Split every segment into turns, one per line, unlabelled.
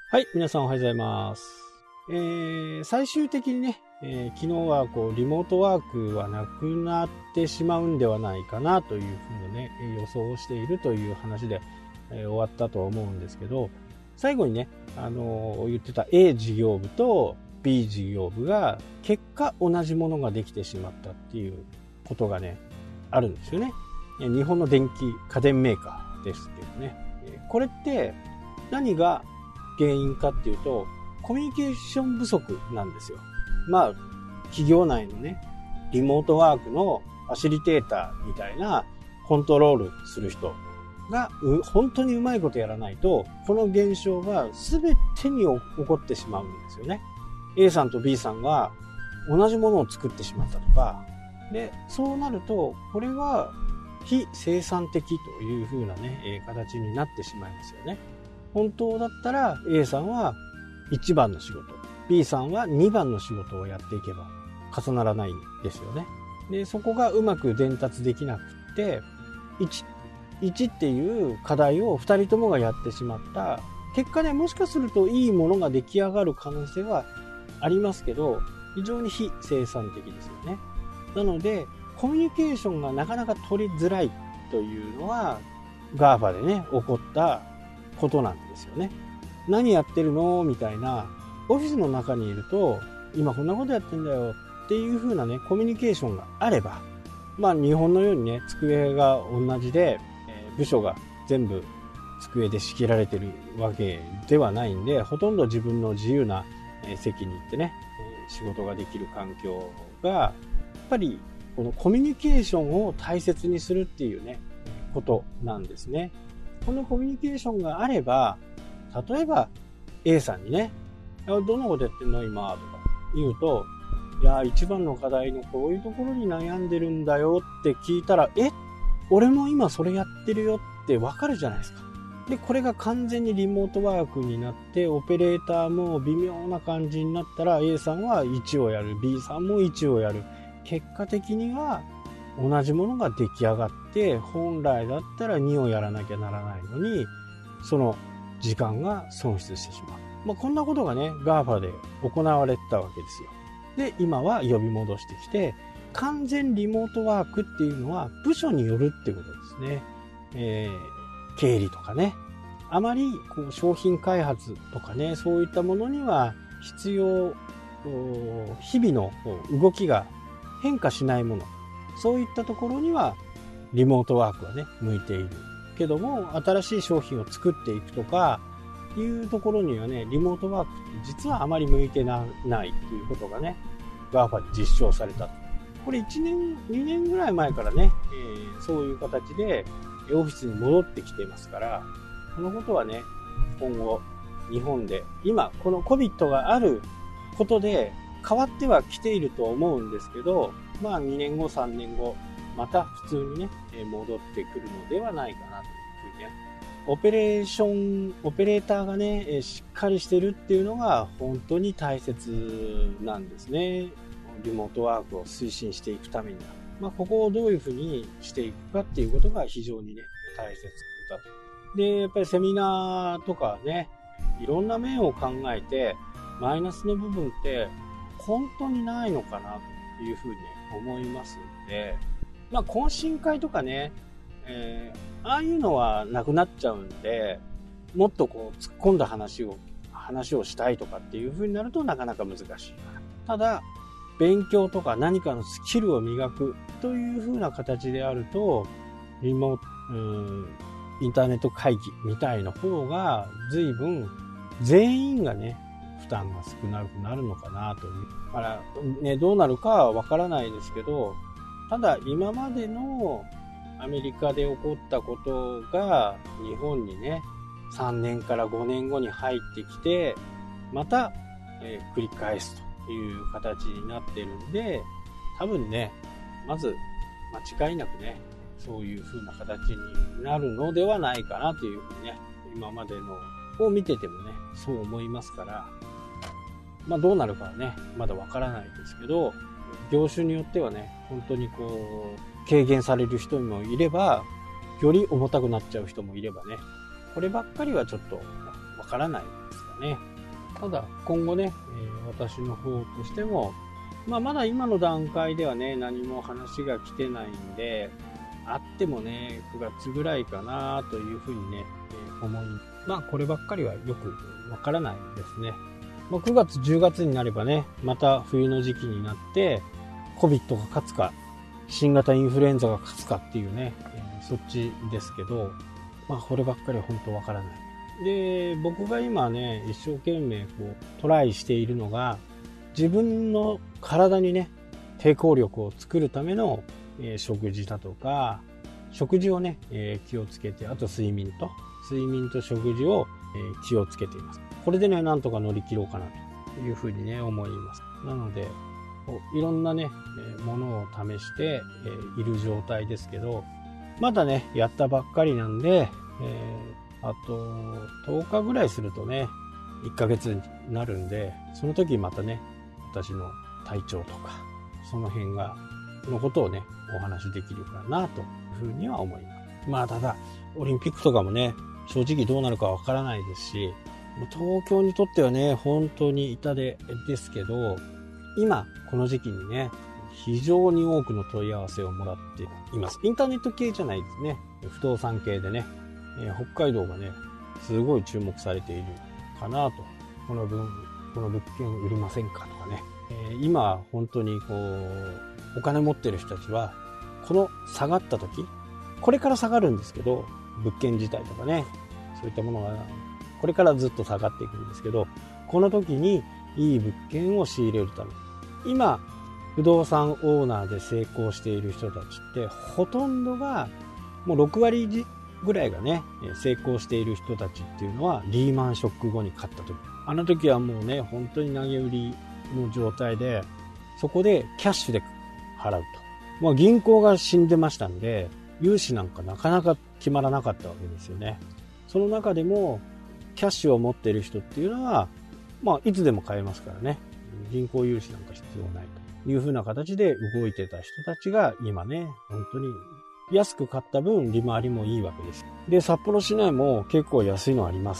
はい、皆さんおはようございます。最終的にね、昨日はリモートワークはなくなってしまうんではないかなというふうなね、予想をしているという話で、終わったと思うんですけど、最後にね、言ってた A 事業部と B 事業部が結果同じものができてしまったっていうことがね、あるんですよね。日本の電気家電メーカーですけどね。これって何が原因かっていうと、コミュニケーション不足なんですよ。企業内のね、リモートワークのファシリテーターみたいなコントロールする人が本当にうまいことやらないと、この現象が全てに起こってしまうんですよね。A さんと B さんが同じものを作ってしまったとか、で、そうなると、これは非生産的という風なね、形になってしまいますよね。本当だったら A さんは1番の仕事、B さんは2番の仕事をやっていけば重ならないんですよね。で、そこがうまく伝達できなくって、1っていう課題を2人ともがやってしまった結果ね、もしかするといいものが出来上がる可能性はありますけど、非常に非生産的ですよね。なので、コミュニケーションがなかなか取りづらいというのは GAFA でね、起こったことなんですよね。何やってるのみたいな、オフィスの中にいると、今こんなことやってんだよっていう風なね、コミュニケーションがあれば、日本のようにね、机が同じで、部署が全部机で仕切られてるわけではないんで、ほとんど自分の自由な席に行ってね、仕事ができる環境が、やっぱりこのコミュニケーションを大切にするっていうね、ことなんですね。このコミュニケーションがあれば、例えば A さんにね、どんなことやってんの今とか言うと、いや、一番の課題のこういうところに悩んでるんだよって聞いたら、俺も今それやってるよってわかるじゃないですか。で、これが完全にリモートワークになって、オペレーターも微妙な感じになったら、A さんは1をやる、B さんも1をやる。結果的には同じものが出来上がって、本来だったら2をやらなきゃならないのに、その時間が損失してしまう。こんなことがね、GAFA で行われてたわけですよ。で、今は呼び戻してきて、完全リモートワークっていうのは部署によるってことですね。経理とかね。あまり商品開発とかね、そういったものには必要、日々の動きが変化しないもの。そういったところにはリモートワークはね、向いている。けども、新しい商品を作っていくとかいうところにはね、リモートワークって実はあまり向いてないっていうことがね、GAFA で実証された。これ1年、2年ぐらい前からね、そういう形でオフィスに戻ってきてますから、このことはね、今後日本で今この COVID があることで変わってはきていると思うんですけど、2年後3年後また普通にね戻ってくるのではないかなというふうにね、オペレーターがねしっかりしてるっていうのが本当に大切なんですね。リモートワークを推進していくためには、ここをどういうふうにしていくかっていうことが非常にね大切だと。で、やっぱりセミナーとかね、いろんな面を考えてマイナスの部分って本当にないのかなというふうに思いますので、懇親会とかね、ああいうのはなくなっちゃうんで、もっと突っ込んだ話をしたいとかっていうふうになるとなかなか難しい。ただ勉強とか何かのスキルを磨くというふうな形であると、インターネット会議みたいな方が随分全員がね負担が少なくなるのかなという。だからね、どうなるかはわからないですけど、ただ今までのアメリカで起こったことが日本にね3年から5年後に入ってきて、また、繰り返すという形になってるんで、多分ね、まず間違いなくねそういう風な形になるのではないかなというふうにね、今までのを見ててもねそう思いますから、どうなるかはねまだわからないですけど、業種によってはね本当に軽減される人もいれば、より重たくなっちゃう人もいればね、こればっかりはちょっとわからないですかね。ただ今後ね、私の方としても、まだ今の段階ではね、何も話が来てないんで、あってもね、9月ぐらいかなというふうにね、こればっかりはよくわからないですね。9月、10月になればね、また冬の時期になって、COVID が勝つか、新型インフルエンザが勝つかっていうね、そっちですけど、こればっかりは本当わからない。で、僕が今ね、一生懸命トライしているのが、自分の体にね、抵抗力を作るための、食事だとか、食事をね、気をつけて、あと睡眠と食事を、気をつけています。これでね、なんとか乗り切ろうかなというふうにね、思います。なので、いろんなね、ものを試している状態ですけど、まだね、やったばっかりなんで、あと10日ぐらいするとね、1ヶ月になるんで、その時またね、私の体調とか、その辺のことをね、お話できるかなというふうには思います。ただ、オリンピックとかもね、正直どうなるかわからないですし、東京にとってはね、本当に痛手ですけど、今、この時期にね、非常に多くの問い合わせをもらっています。インターネット系じゃないですね。不動産系でね、北海道がね、すごい注目されているかなと。この物件売りませんかとかね。今、本当にお金持ってる人たちは、この下がった時、これから下がるんですけど、物件自体とかね、そういったものが、これからずっと下がっていくんですけど、この時にいい物件を仕入れるため、今、不動産オーナーで成功している人たちって、ほとんどが、もう6割ぐらいがね、成功している人たちっていうのは、リーマンショック後に買った時。あの時はもうね、本当に投げ売りの状態で、そこでキャッシュで払うと。銀行が死んでましたんで、融資なんかなかなか決まらなかったわけですよね。その中でも、キャッシュを持っている人っていうのは、いつでも買えますからね。銀行融資なんか必要ないというふうな形で動いてた人たちが今ね、本当に安く買った分利回りもいいわけです。で、札幌市内も結構安いのあります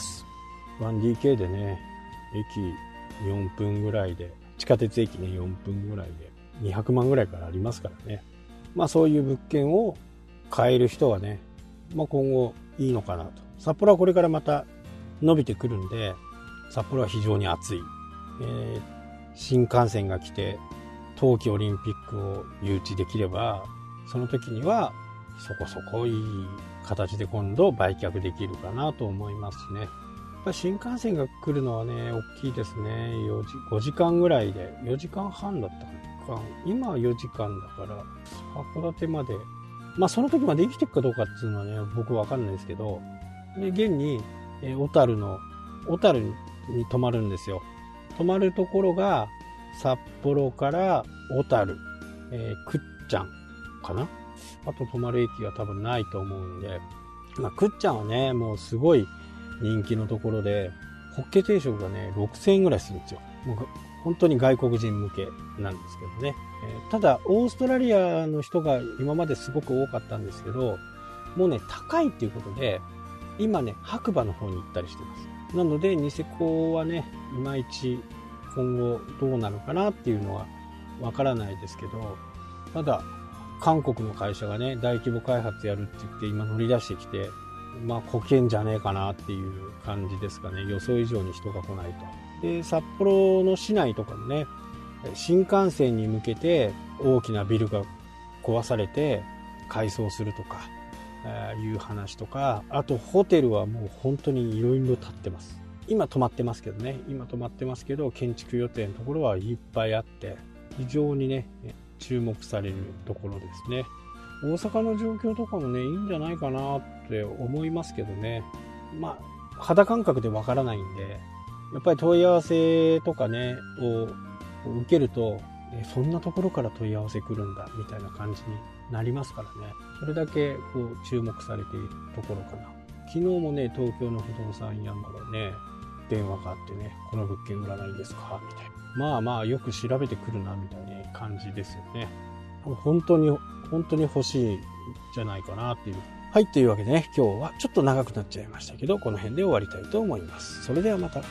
。1DK でね、駅4分ぐらいで、地下鉄駅ね、4分ぐらいで200万ぐらいからありますからね。そういう物件を買える人はね、今後いいのかなと。札幌はこれからまた伸びてくるんで、札幌は非常に暑い。新幹線が来て冬季オリンピックを誘致できれば、その時にはそこそこいい形で今度売却できるかなと思いますしね。やっぱ新幹線が来るのはね、大きいですね。5時間ぐらいで、4時間半だったかな。今は4時間だから、函館まで、その時まで生きていくかどうかっていうのはね、僕わかんないですけど、で、現に、小樽に泊まるんですよ。泊まるところが、札幌から小樽、くっちゃんかな。あと泊まる駅が多分ないと思うんで、くっちゃんはね、もうすごい人気のところで、ホッケ定食がね、6000円ぐらいするんですよ。もう本当に外国人向けなんですけどね。ただ、オーストラリアの人が今まですごく多かったんですけど、もうね、高いっていうことで、今ね、白馬の方に行ったりしてます。なので、ニセコはね、いまいち今後どうなるかなっていうのはわからないですけど、ただ、韓国の会社がね、大規模開発やるって言って今乗り出してきて、こけんじゃねえかなっていう感じですかね。予想以上に人が来ないと。で、札幌の市内とかもね、新幹線に向けて大きなビルが壊されて改装するとか、いう話とか、あとホテルはもう本当にいろいろ建ってます。今止まってますけど、建築予定のところはいっぱいあって、非常にね、注目されるところですね。大阪の状況とかもね、いいんじゃないかなって思いますけどね。肌感覚でわからないんで、やっぱり問い合わせとかね、を受けると、そんなところから問い合わせ来るんだ、みたいな感じになりますからね。それだけ注目されているところかな。昨日もね、東京の不動産屋からね、電話があってね、この物件売らないですかみたいな。よく調べてくるな、みたいな感じですよね。本当に欲しいんじゃないかなっていう。はい、というわけでね、今日はちょっと長くなっちゃいましたけど、この辺で終わりたいと思います。それではまた。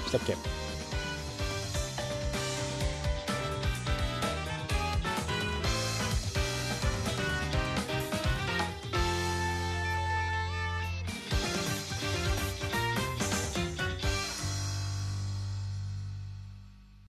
したっけ？